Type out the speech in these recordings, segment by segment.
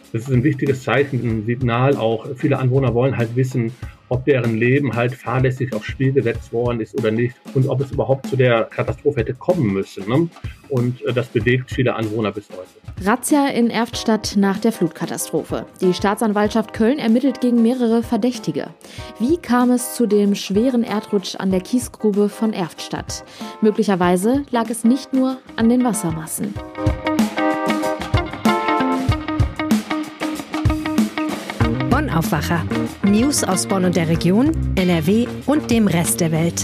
Das ist ein wichtiges Zeichen, ein Signal auch. Viele Anwohner wollen halt wissen, ob deren Leben halt fahrlässig aufs Spiel gesetzt worden ist oder nicht und ob es überhaupt zu der Katastrophe hätte kommen müssen. Ne? Und das bewegt viele Anwohner bis heute. Razzia in Erftstadt nach der Flutkatastrophe. Die Staatsanwaltschaft Köln ermittelt gegen mehrere Verdächtige. Wie kam es zu dem schweren Erdrutsch an der Kiesgrube von Erftstadt? Möglicherweise lag es nicht nur an den Wassermassen. Bonn Aufwacher. News aus Bonn und der Region, NRW und dem Rest der Welt.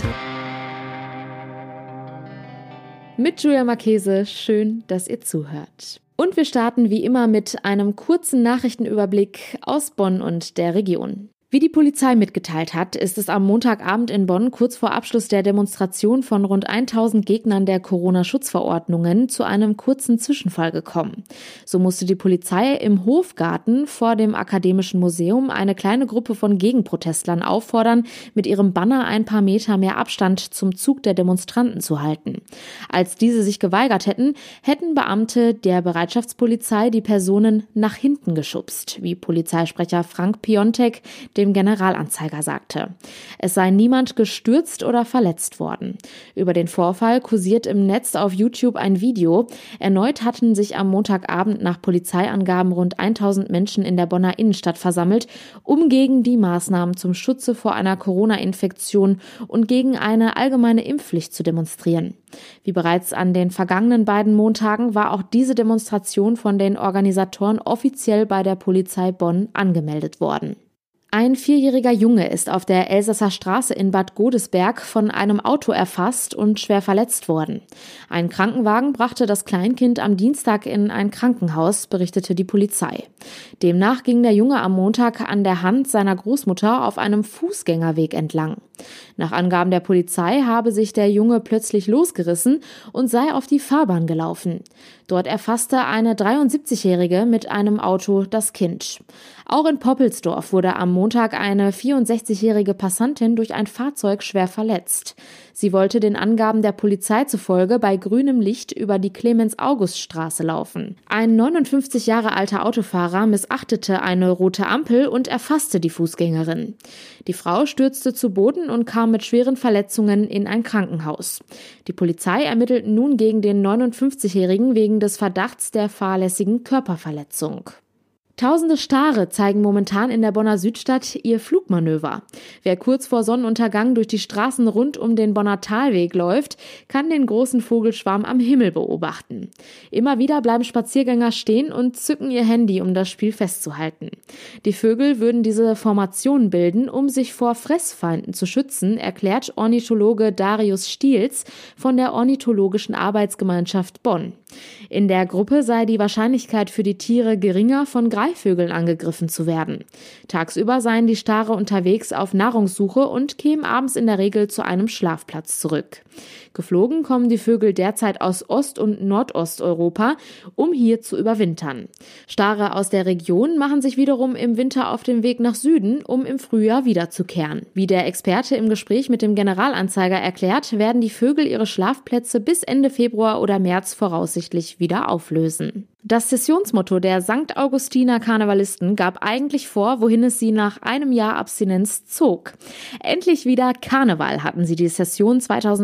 Mit Julia Marchese, schön, dass ihr zuhört. Und wir starten wie immer mit einem kurzen Nachrichtenüberblick aus Bonn und der Region. Wie die Polizei mitgeteilt hat, ist es am Montagabend in Bonn kurz vor Abschluss der Demonstration von rund 1000 Gegnern der Corona-Schutzverordnungen zu einem kurzen Zwischenfall gekommen. So musste die Polizei im Hofgarten vor dem Akademischen Museum eine kleine Gruppe von Gegenprotestlern auffordern, mit ihrem Banner ein paar Meter mehr Abstand zum Zug der Demonstranten zu halten. Als diese sich geweigert hätten, hätten Beamte der Bereitschaftspolizei die Personen nach hinten geschubst, wie Polizeisprecher Frank Piontek dem Generalanzeiger sagte. Es sei niemand gestürzt oder verletzt worden. Über den Vorfall kursiert im Netz auf YouTube ein Video. Erneut hatten sich am Montagabend nach Polizeiangaben rund 1000 Menschen in der Bonner Innenstadt versammelt, um gegen die Maßnahmen zum Schutze vor einer Corona-Infektion und gegen eine allgemeine Impfpflicht zu demonstrieren. Wie bereits an den vergangenen beiden Montagen war auch diese Demonstration von den Organisatoren offiziell bei der Polizei Bonn angemeldet worden. Ein 4-jähriger Junge ist auf der Elsasser Straße in Bad Godesberg von einem Auto erfasst und schwer verletzt worden. Ein Krankenwagen brachte das Kleinkind am Dienstag in ein Krankenhaus, berichtete die Polizei. Demnach ging der Junge am Montag an der Hand seiner Großmutter auf einem Fußgängerweg entlang. Nach Angaben der Polizei habe sich der Junge plötzlich losgerissen und sei auf die Fahrbahn gelaufen. Dort erfasste eine 73-Jährige mit einem Auto das Kind. Auch in Poppelsdorf wurde am Montag eine 64-jährige Passantin durch ein Fahrzeug schwer verletzt. Sie wollte den Angaben der Polizei zufolge bei grünem Licht über die Clemens-August-Straße laufen. Ein 59 Jahre alter Autofahrer missachtete eine rote Ampel und erfasste die Fußgängerin. Die Frau stürzte zu Boden und kam mit schweren Verletzungen in ein Krankenhaus. Die Polizei ermittelt nun gegen den 59-Jährigen wegen des Verdachts der fahrlässigen Körperverletzung. Tausende Stare zeigen momentan in der Bonner Südstadt ihr Flugmanöver. Wer kurz vor Sonnenuntergang durch die Straßen rund um den Bonner Talweg läuft, kann den großen Vogelschwarm am Himmel beobachten. Immer wieder bleiben Spaziergänger stehen und zücken ihr Handy, um das Spiel festzuhalten. Die Vögel würden diese Formation bilden, um sich vor Fressfeinden zu schützen, erklärt Ornithologe Darius Stiels von der Ornithologischen Arbeitsgemeinschaft Bonn. In der Gruppe sei die Wahrscheinlichkeit für die Tiere geringer, von Greifvögeln angegriffen zu werden. Tagsüber seien die Stare unterwegs auf Nahrungssuche und kämen abends in der Regel zu einem Schlafplatz zurück. Geflogen kommen die Vögel derzeit aus Ost- und Nordosteuropa, um hier zu überwintern. Stare aus der Region machen sich wiederum im Winter auf den Weg nach Süden, um im Frühjahr wiederzukehren. Wie der Experte im Gespräch mit dem Generalanzeiger erklärt, werden die Vögel ihre Schlafplätze bis Ende Februar oder März voraussichtlich wieder auflösen. Das Sessionsmotto der St. Augustiner Karnevalisten gab eigentlich vor, wohin es sie nach einem Jahr Abstinenz zog. Endlich wieder Karneval hatten sie die Session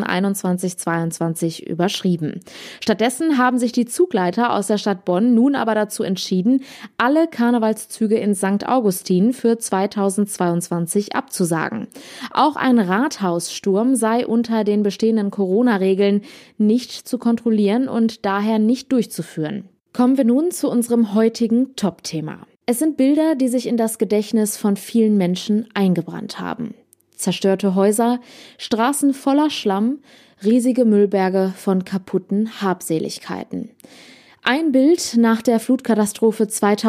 2021-22 überschrieben. Stattdessen haben sich die Zugleiter aus der Stadt Bonn nun aber dazu entschieden, alle Karnevalszüge in St. Augustin für 2022 abzusagen. Auch ein Rathaussturm sei unter den bestehenden Corona-Regeln nicht zu kontrollieren und daher nicht durchzuführen. Kommen wir nun zu unserem heutigen Top-Thema. Es sind Bilder, die sich in das Gedächtnis von vielen Menschen eingebrannt haben. Zerstörte Häuser, Straßen voller Schlamm, riesige Müllberge von kaputten Habseligkeiten. Ein Bild nach der Flutkatastrophe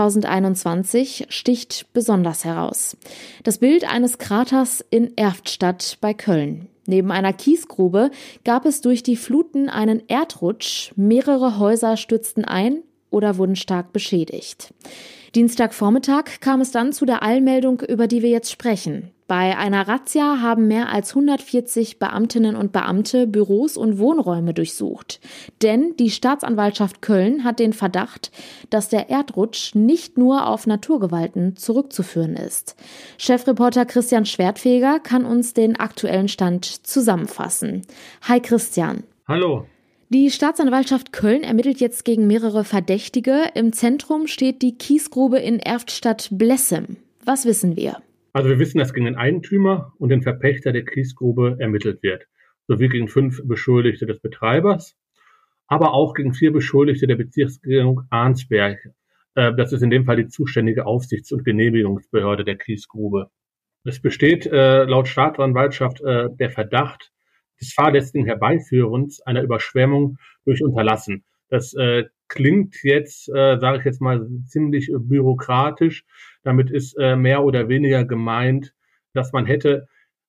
2021 sticht besonders heraus. Das Bild eines Kraters in Erftstadt bei Köln. Neben einer Kiesgrube gab es durch die Fluten einen Erdrutsch, mehrere Häuser stürzten ein oder wurden stark beschädigt. Dienstagvormittag kam es dann zu der Eilmeldung, über die wir jetzt sprechen. Bei einer Razzia haben mehr als 140 Beamtinnen und Beamte Büros und Wohnräume durchsucht. Denn die Staatsanwaltschaft Köln hat den Verdacht, dass der Erdrutsch nicht nur auf Naturgewalten zurückzuführen ist. Chefreporter Christian Schwertfeger kann uns den aktuellen Stand zusammenfassen. Hi Christian. Hallo. Die Staatsanwaltschaft Köln ermittelt jetzt gegen mehrere Verdächtige. Im Zentrum steht die Kiesgrube in Erftstadt-Blessem. Was wissen wir? Also wir wissen, dass gegen den Eigentümer und den Verpächter der Kiesgrube ermittelt wird, sowie gegen 5 Beschuldigte des Betreibers, aber auch gegen 4 Beschuldigte der Bezirksregierung Arnsberg. Das ist in dem Fall die zuständige Aufsichts- und Genehmigungsbehörde der Kiesgrube. Es besteht laut Staatsanwaltschaft der Verdacht des fahrlässigen Herbeiführens einer Überschwemmung durch Unterlassen. Das klingt jetzt, sage ich jetzt mal, ziemlich bürokratisch. Damit ist mehr oder weniger gemeint, dass man hätte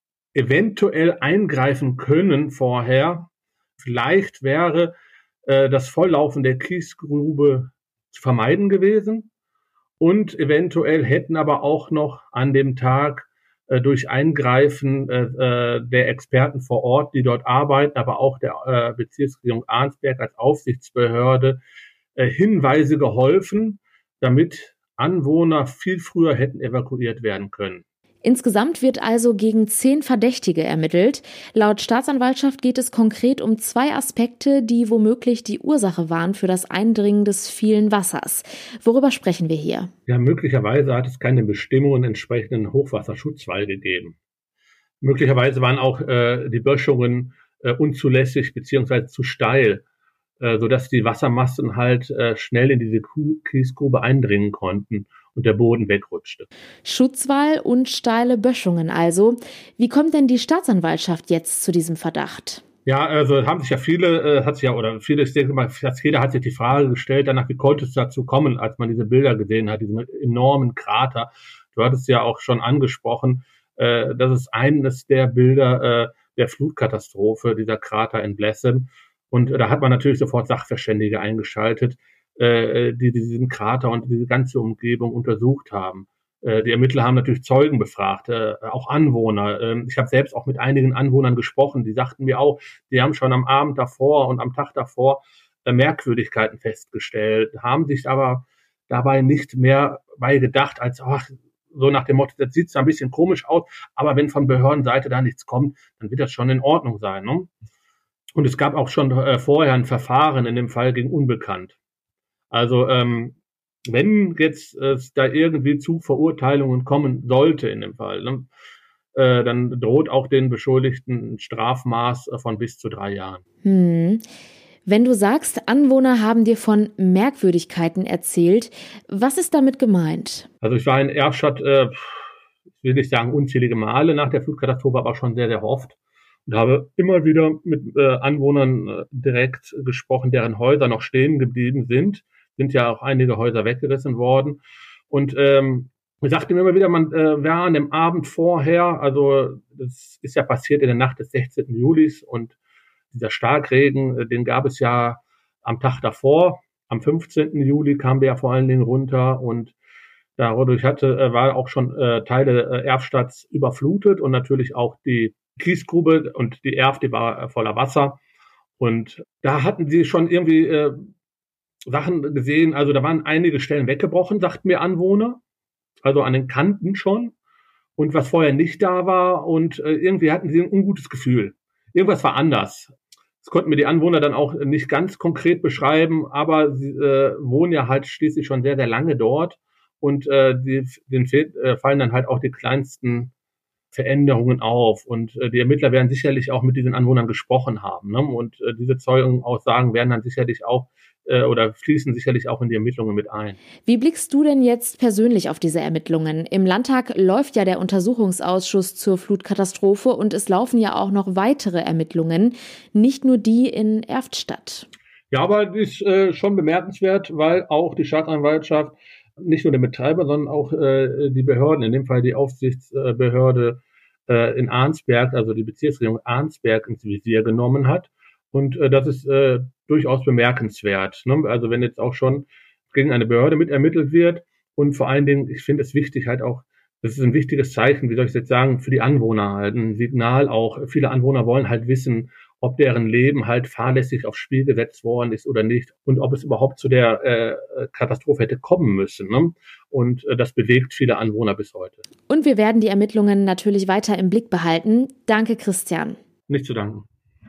eventuell eingreifen können vorher. Vielleicht wäre das Volllaufen der Kiesgrube zu vermeiden gewesen. Und eventuell hätten aber auch noch an dem Tag durch Eingreifen der Experten vor Ort, die dort arbeiten, aber auch der Bezirksregierung Arnsberg als Aufsichtsbehörde Hinweise geholfen, damit Anwohner viel früher hätten evakuiert werden können. Insgesamt wird also gegen 10 Verdächtige ermittelt. Laut Staatsanwaltschaft geht es konkret um 2 Aspekte, die womöglich die Ursache waren für das Eindringen des vielen Wassers. Worüber sprechen wir hier? Ja, möglicherweise hat es keine Bestimmungen entsprechenden Hochwasserschutzwall gegeben. Möglicherweise waren auch die Böschungen unzulässig bzw. zu steil, sodass die Wassermassen halt schnell in diese Kiesgrube eindringen konnten und der Boden wegrutschte. Schutzwall und steile Böschungen also. Wie kommt denn die Staatsanwaltschaft jetzt zu diesem Verdacht? Ja, also haben sich ja viele, ich denke mal, fast jeder hat sich die Frage gestellt, danach, wie konnte es dazu kommen, als man diese Bilder gesehen hat, diesen enormen Krater. Du hattest ja auch schon angesprochen, das ist eines der Bilder der Flutkatastrophe, dieser Krater in Blessem. Und da hat man natürlich sofort Sachverständige eingeschaltet, die diesen Krater und diese ganze Umgebung untersucht haben. Die Ermittler haben natürlich Zeugen befragt, auch Anwohner. Ich habe selbst auch mit einigen Anwohnern gesprochen, die sagten mir auch, die haben schon am Abend davor und am Tag davor Merkwürdigkeiten festgestellt, haben sich aber dabei nicht mehr bei gedacht, als so nach dem Motto, das sieht zwar ein bisschen komisch aus, aber wenn von Behördenseite da nichts kommt, dann wird das schon in Ordnung sein. Ne? Und es gab auch schon vorher ein Verfahren in dem Fall gegen Unbekannt. Also wenn jetzt es da irgendwie zu Verurteilungen kommen sollte in dem Fall, ne, dann droht auch den Beschuldigten ein Strafmaß von bis zu 3 Jahren. Wenn du sagst, Anwohner haben dir von Merkwürdigkeiten erzählt, was ist damit gemeint? Also ich war in Erftstadt, ich will nicht sagen unzählige Male nach der Flutkatastrophe, aber schon sehr, sehr oft. Und habe immer wieder mit Anwohnern direkt gesprochen, deren Häuser noch stehen geblieben sind. Sind ja auch einige Häuser weggerissen worden. Und wir sagten immer wieder, man war an dem Abend vorher, also das ist ja passiert in der Nacht des 16. Julis und dieser Starkregen, den gab es ja am Tag davor. Am 15. Juli kam der ja vor allen Dingen runter und dadurch war auch schon Teile Erftstadts überflutet und natürlich auch die Kiesgrube und die Erft, die war voller Wasser. Und da hatten sie schon irgendwie Sachen gesehen, also da waren einige Stellen weggebrochen, sagten mir Anwohner, also an den Kanten schon. Und was vorher nicht da war und irgendwie hatten sie ein ungutes Gefühl. Irgendwas war anders. Das konnten mir die Anwohner dann auch nicht ganz konkret beschreiben, aber sie wohnen ja halt schließlich schon sehr, sehr lange dort und denen fallen dann halt auch die kleinsten Veränderungen auf. Und die Ermittler werden sicherlich auch mit diesen Anwohnern gesprochen haben. Ne? Und diese Zeugenaussagen werden dann sicherlich auch oder fließen sicherlich auch in die Ermittlungen mit ein. Wie blickst du denn jetzt persönlich auf diese Ermittlungen? Im Landtag läuft ja der Untersuchungsausschuss zur Flutkatastrophe und es laufen ja auch noch weitere Ermittlungen, nicht nur die in Erftstadt. Ja, aber das ist schon bemerkenswert, weil auch die Staatsanwaltschaft nicht nur den Betreiber, sondern auch die Behörden, in dem Fall die Aufsichtsbehörde in Arnsberg, also die Bezirksregierung Arnsberg ins Visier genommen hat. Und das ist durchaus bemerkenswert. Ne? Also wenn jetzt auch schon gegen eine Behörde mit ermittelt wird und vor allen Dingen, ich finde es wichtig, halt auch Das ist ein wichtiges Zeichen, wie soll ich es jetzt sagen, für die Anwohner halt. Ein Signal auch. Viele Anwohner wollen halt wissen, ob deren Leben halt fahrlässig aufs Spiel gesetzt worden ist oder nicht und ob es überhaupt zu der Katastrophe hätte kommen müssen. Ne? Und das bewegt viele Anwohner bis heute. Und wir werden die Ermittlungen natürlich weiter im Blick behalten. Danke, Christian. Nicht zu danken.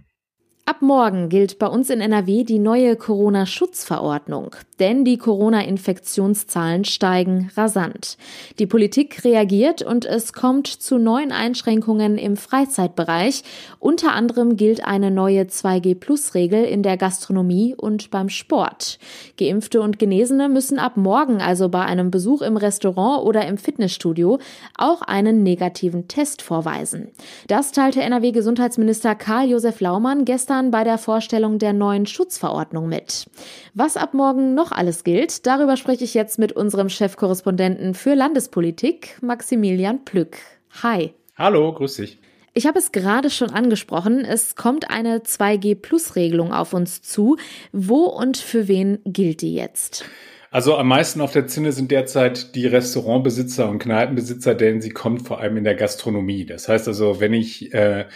Ab morgen gilt bei uns in NRW die neue Corona-Schutzverordnung, denn die Corona-Infektionszahlen steigen rasant. Die Politik reagiert und es kommt zu neuen Einschränkungen im Freizeitbereich. Unter anderem gilt eine neue 2G-Plus-Regel in der Gastronomie und beim Sport. Geimpfte und Genesene müssen ab morgen also bei einem Besuch im Restaurant oder im Fitnessstudio auch einen negativen Test vorweisen. Das teilte NRW-Gesundheitsminister Karl-Josef Laumann gestern bei der Vorstellung der neuen Schutzverordnung mit. Was ab morgen noch alles gilt, darüber spreche ich jetzt mit unserem Chefkorrespondenten für Landespolitik, Maximilian Plück. Hi. Hallo, grüß dich. Ich habe es gerade schon angesprochen, es kommt eine 2G-Plus-Regelung auf uns zu. Wo und für wen gilt die jetzt? Also am meisten auf der Zinne sind derzeit die Restaurantbesitzer und Kneipenbesitzer, denn sie kommt vor allem in der Gastronomie. Das heißt also, wenn ich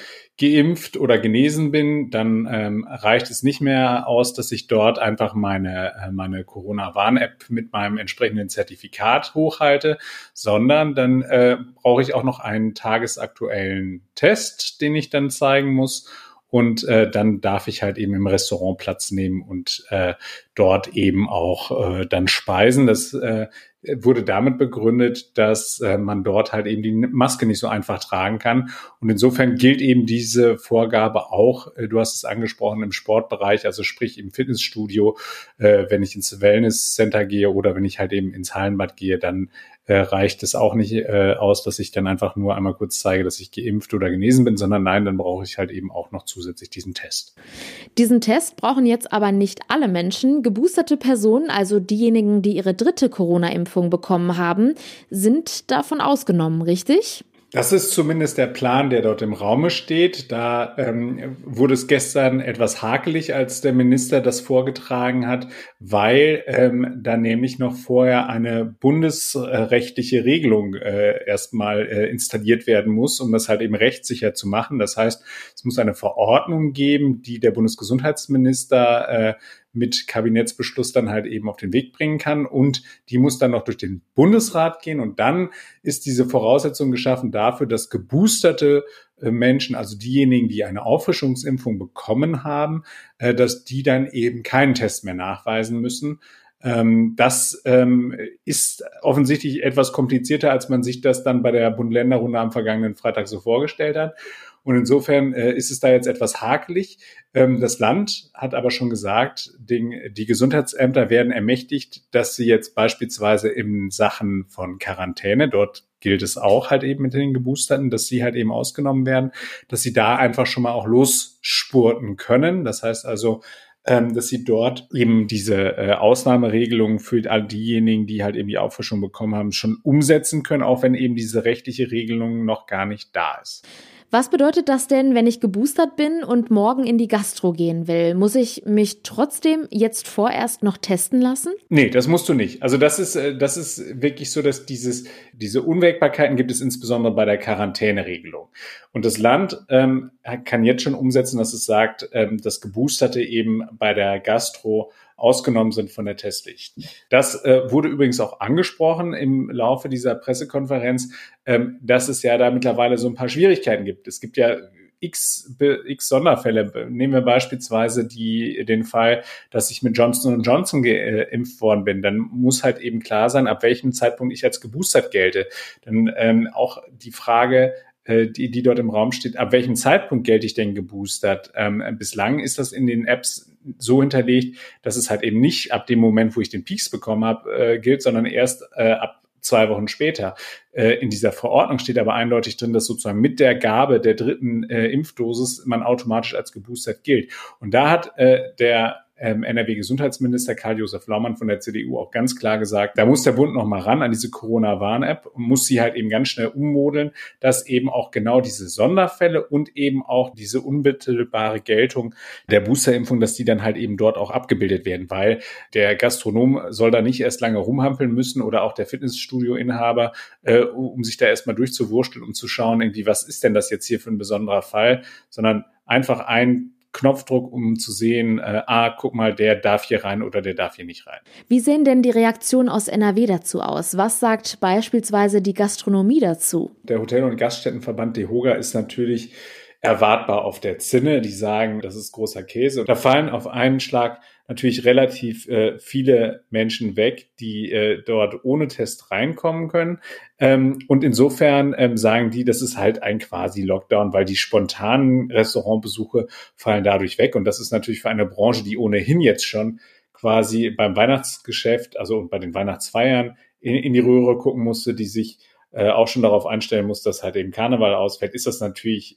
geimpft oder genesen bin, dann reicht es nicht mehr aus, dass ich dort einfach meine Corona-Warn-App mit meinem entsprechenden Zertifikat hochhalte, sondern dann brauche ich auch noch einen tagesaktuellen Test, den ich dann zeigen muss. Und dann darf ich halt eben im Restaurant Platz nehmen und dort eben auch dann speisen. Das wurde damit begründet, dass man dort halt eben die Maske nicht so einfach tragen kann. Und insofern gilt eben diese Vorgabe auch, du hast es angesprochen, im Sportbereich, also sprich im Fitnessstudio, wenn ich ins Wellnesscenter gehe oder wenn ich halt eben ins Hallenbad gehe, dann reicht es auch nicht aus, dass ich dann einfach nur einmal kurz zeige, dass ich geimpft oder genesen bin, sondern nein, dann brauche ich halt eben auch noch zusätzlich diesen Test. Diesen Test brauchen jetzt aber nicht alle Menschen. Geboosterte Personen, also diejenigen, die ihre 3. Corona-Impfung bekommen haben, sind davon ausgenommen, richtig? Das ist zumindest der Plan, der dort im Raume steht. Da wurde es gestern etwas hakelig, als der Minister das vorgetragen hat, weil da nämlich noch vorher eine bundesrechtliche Regelung erstmal installiert werden muss, um das halt eben rechtssicher zu machen. Das heißt, es muss eine Verordnung geben, die der Bundesgesundheitsminister mit Kabinettsbeschluss dann halt eben auf den Weg bringen kann, und die muss dann noch durch den Bundesrat gehen, und dann ist diese Voraussetzung geschaffen dafür, dass geboosterte Menschen, also diejenigen, die eine Auffrischungsimpfung bekommen haben, dass die dann eben keinen Test mehr nachweisen müssen. Das ist offensichtlich etwas komplizierter, als man sich das dann bei der Bund-Länder-Runde am vergangenen Freitag so vorgestellt hat. Und insofern ist es da jetzt etwas hakelig. Das Land hat aber schon gesagt, die Gesundheitsämter werden ermächtigt, dass sie jetzt beispielsweise in Sachen von Quarantäne, dort gilt es auch halt eben mit den Geboosterten, dass sie halt eben ausgenommen werden, dass sie da einfach schon mal auch losspurten können. Das heißt also, dass sie dort eben diese Ausnahmeregelungen für all diejenigen, die halt eben die Auffrischung bekommen haben, schon umsetzen können, auch wenn eben diese rechtliche Regelung noch gar nicht da ist. Was bedeutet das denn, wenn ich geboostert bin und morgen in die Gastro gehen will? Muss ich mich trotzdem jetzt vorerst noch testen lassen? Nee, das musst du nicht. Also das ist wirklich so, dass diese Unwägbarkeiten gibt es insbesondere bei der Quarantäneregelung. Und das Land kann jetzt schon umsetzen, dass es sagt, dass Geboosterte eben bei der Gastro ausgenommen sind von der Testpflicht. Das wurde übrigens auch angesprochen im Laufe dieser Pressekonferenz, dass es ja da mittlerweile so ein paar Schwierigkeiten gibt. Es gibt ja x Sonderfälle. Nehmen wir beispielsweise den Fall, dass ich mit Johnson & Johnson geimpft worden bin. Dann muss halt eben klar sein, ab welchem Zeitpunkt ich als geboostert gelte. Dann auch die Frage, die dort im Raum steht, ab welchem Zeitpunkt gelte ich denn geboostert? Bislang ist das in den Apps so hinterlegt, dass es halt eben nicht ab dem Moment, wo ich den Peaks bekommen habe, gilt, sondern erst ab 2 Wochen später. In dieser Verordnung steht aber eindeutig drin, dass sozusagen mit der Gabe der 3. Impfdosis man automatisch als geboostert gilt. Und da hat der NRW-Gesundheitsminister Karl-Josef Laumann von der CDU auch ganz klar gesagt, da muss der Bund noch mal ran an diese Corona-Warn-App und muss sie halt eben ganz schnell ummodeln, dass eben auch genau diese Sonderfälle und eben auch diese unmittelbare Geltung der Boosterimpfung, dass die dann halt eben dort auch abgebildet werden, weil der Gastronom soll da nicht erst lange rumhampeln müssen oder auch der Fitnessstudio-Inhaber, um sich da erstmal durchzuwursteln, um zu schauen, irgendwie, was ist denn das jetzt hier für ein besonderer Fall, sondern einfach ein Knopfdruck, um zu sehen, guck mal, der darf hier rein oder der darf hier nicht rein. Wie sehen denn die Reaktionen aus NRW dazu aus? Was sagt beispielsweise die Gastronomie dazu? Der Hotel- und Gaststättenverband DEHOGA ist natürlich erwartbar auf der Zinne. Die sagen, das ist großer Käse. Da fallen auf einen Schlag natürlich relativ viele Menschen weg, die dort ohne Test reinkommen können. Und insofern sagen die, das ist halt ein quasi Lockdown, weil die spontanen Restaurantbesuche fallen dadurch weg. Und das ist natürlich für eine Branche, die ohnehin jetzt schon quasi beim Weihnachtsgeschäft, also bei den Weihnachtsfeiern in die Röhre gucken musste, die sich auch schon darauf einstellen muss, dass halt eben Karneval ausfällt, ist das natürlich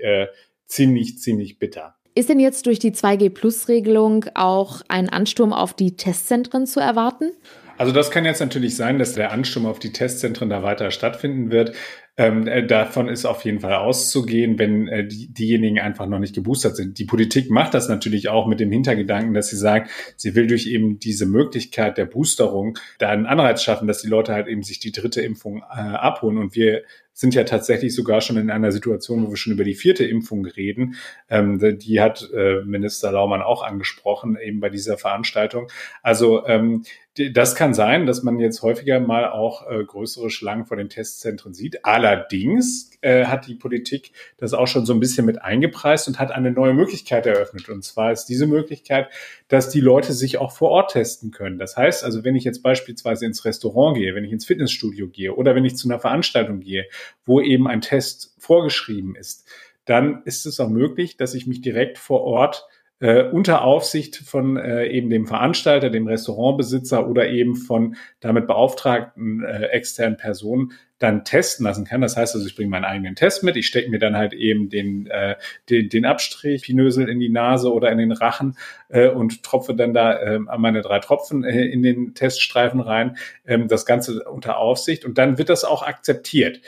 ziemlich bitter. Ist denn jetzt durch die 2G-Plus-Regelung auch ein Ansturm auf die Testzentren zu erwarten? Also das kann jetzt natürlich sein, dass der Ansturm auf die Testzentren da weiter stattfinden wird. Davon ist auf jeden Fall auszugehen, wenn diejenigen einfach noch nicht geboostert sind. Die Politik macht das natürlich auch mit dem Hintergedanken, dass sie sagt, sie will durch eben diese Möglichkeit der Boosterung da einen Anreiz schaffen, dass die Leute halt eben sich die 3. Impfung abholen. Und wir sind ja tatsächlich sogar schon in einer Situation, wo wir schon über die 4. Impfung reden. Die hat Minister Laumann auch angesprochen, eben bei dieser Veranstaltung. Also das kann sein, dass man jetzt häufiger mal auch größere Schlangen vor den Testzentren sieht. Allerdings hat die Politik das auch schon so ein bisschen mit eingepreist und hat eine neue Möglichkeit eröffnet. Und zwar ist diese Möglichkeit, dass die Leute sich auch vor Ort testen können. Das heißt also, wenn ich jetzt beispielsweise ins Restaurant gehe, wenn ich ins Fitnessstudio gehe oder wenn ich zu einer Veranstaltung gehe, wo eben ein Test vorgeschrieben ist, dann ist es auch möglich, dass ich mich direkt vor Ort unter Aufsicht von eben dem Veranstalter, dem Restaurantbesitzer oder eben von damit beauftragten externen Personen dann testen lassen kann. Das heißt also, ich bringe meinen eigenen Test mit, ich stecke mir dann halt eben den Abstrich, Pinösel in die Nase oder in den Rachen und tropfe dann da meine 3 Tropfen in den Teststreifen rein, das Ganze unter Aufsicht und dann wird das auch akzeptiert.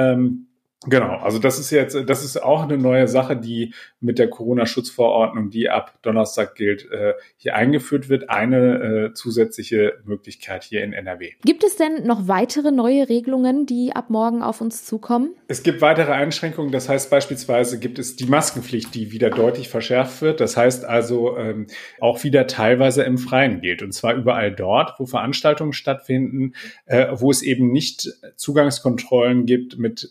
Genau, also das ist auch eine neue Sache, die mit der Corona-Schutzverordnung, die ab Donnerstag gilt, hier eingeführt wird. Eine zusätzliche Möglichkeit hier in NRW. Gibt es denn noch weitere neue Regelungen, die ab morgen auf uns zukommen? Es gibt weitere Einschränkungen. Das heißt beispielsweise gibt es die Maskenpflicht, die wieder deutlich verschärft wird. Das heißt also auch wieder teilweise im Freien gilt. Und zwar überall dort, wo Veranstaltungen stattfinden, wo es eben nicht Zugangskontrollen gibt mit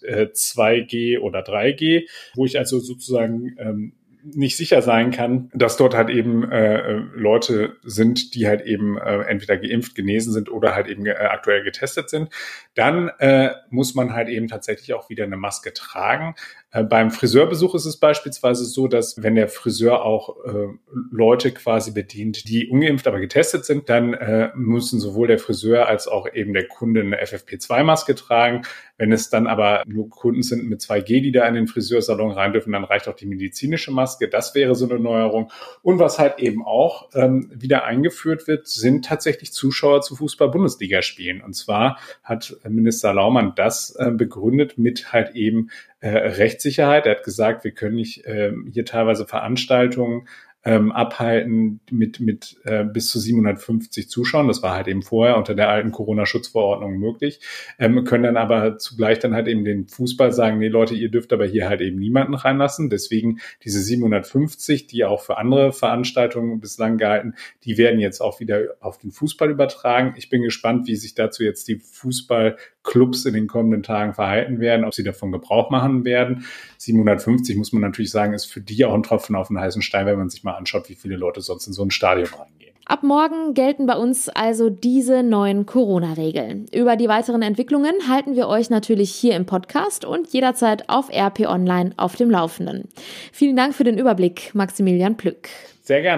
2G oder 3G, wo ich also sozusagen nicht sicher sein kann, dass dort halt eben Leute sind, die halt eben entweder geimpft, genesen sind oder halt eben aktuell getestet sind. Dann muss man halt eben tatsächlich auch wieder eine Maske tragen. Beim Friseurbesuch ist es beispielsweise so, dass wenn der Friseur auch Leute quasi bedient, die ungeimpft, aber getestet sind, dann müssen sowohl der Friseur als auch eben der Kunde eine FFP2-Maske tragen. Wenn es dann aber nur Kunden sind mit 2G, die da in den Friseursalon rein dürfen, dann reicht auch die medizinische Maske. Das wäre so eine Neuerung. Und was halt eben auch wieder eingeführt wird, sind tatsächlich Zuschauer zu Fußball-Bundesligaspielen. Und zwar hat Minister Laumann das begründet mit halt eben Rechtssicherheit. Er hat gesagt, wir können nicht hier teilweise Veranstaltungen abhalten mit bis zu 750 Zuschauern. Das war halt eben vorher unter der alten Corona-Schutzverordnung möglich. Können dann aber zugleich dann halt eben den Fußball sagen, nee Leute, ihr dürft aber hier halt eben niemanden reinlassen. Deswegen diese 750, die auch für andere Veranstaltungen bislang galten, die werden jetzt auch wieder auf den Fußball übertragen. Ich bin gespannt, wie sich dazu jetzt die Fußballclubs in den kommenden Tagen verhalten werden, ob sie davon Gebrauch machen werden. 750 muss man natürlich sagen, ist für die auch ein Tropfen auf den heißen Stein, wenn man sich mal anschaut, wie viele Leute sonst in so ein Stadion reingehen. Ab morgen gelten bei uns also diese neuen Corona-Regeln. Über die weiteren Entwicklungen halten wir euch natürlich hier im Podcast und jederzeit auf RP Online auf dem Laufenden. Vielen Dank für den Überblick, Maximilian Plück. Sehr gerne.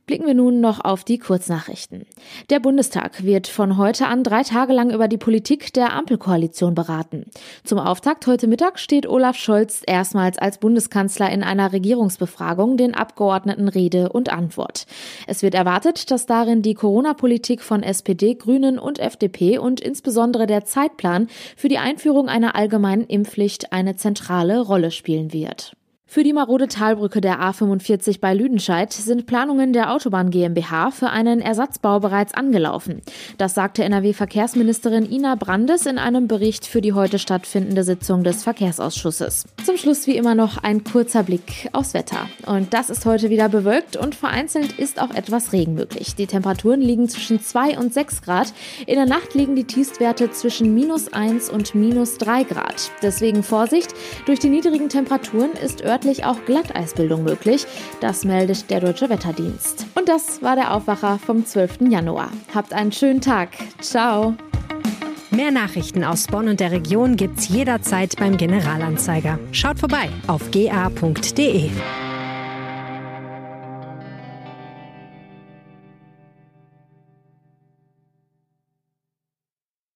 Blicken wir nun noch auf die Kurznachrichten. Der Bundestag wird von heute an 3 Tage lang über die Politik der Ampelkoalition beraten. Zum Auftakt heute Mittag steht Olaf Scholz erstmals als Bundeskanzler in einer Regierungsbefragung den Abgeordneten Rede und Antwort. Es wird erwartet, dass darin die Corona-Politik von SPD, Grünen und FDP und insbesondere der Zeitplan für die Einführung einer allgemeinen Impfpflicht eine zentrale Rolle spielen wird. Für die marode Talbrücke der A45 bei Lüdenscheid sind Planungen der Autobahn GmbH für einen Ersatzbau bereits angelaufen. Das sagte NRW-Verkehrsministerin Ina Brandes in einem Bericht für die heute stattfindende Sitzung des Verkehrsausschusses. Zum Schluss wie immer noch ein kurzer Blick aufs Wetter. Und das ist heute wieder bewölkt und vereinzelt ist auch etwas Regen möglich. Die Temperaturen liegen zwischen 2 und 6 Grad. In der Nacht liegen die Tiefstwerte zwischen -1 und -3 Grad. Deswegen Vorsicht, durch die niedrigen Temperaturen ist örtlich auch Glatteisbildung möglich. Das meldet der Deutsche Wetterdienst. Und das war der Aufwacher vom 12. Januar. Habt einen schönen Tag. Ciao. Mehr Nachrichten aus Bonn und der Region gibt's jederzeit beim Generalanzeiger. Schaut vorbei auf ga.de.